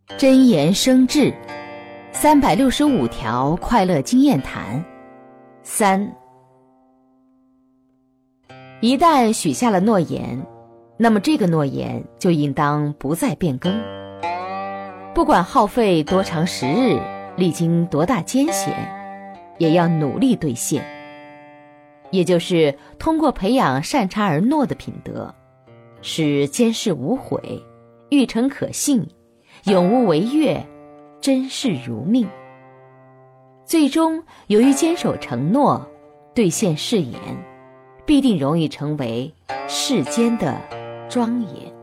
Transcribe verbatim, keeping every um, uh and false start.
真言生智，三百六十五条快乐经验谈。三，一旦许下了诺言，那么这个诺言就应当不再变更，不管耗费多长时日，历经多大艰险，也要努力兑现。也就是通过培养善差而诺的品德，使坚事无悔，欲诚可信，永无违越，真事如命。最终由于坚守承诺，兑现誓言，必定容易成为世间的庄严。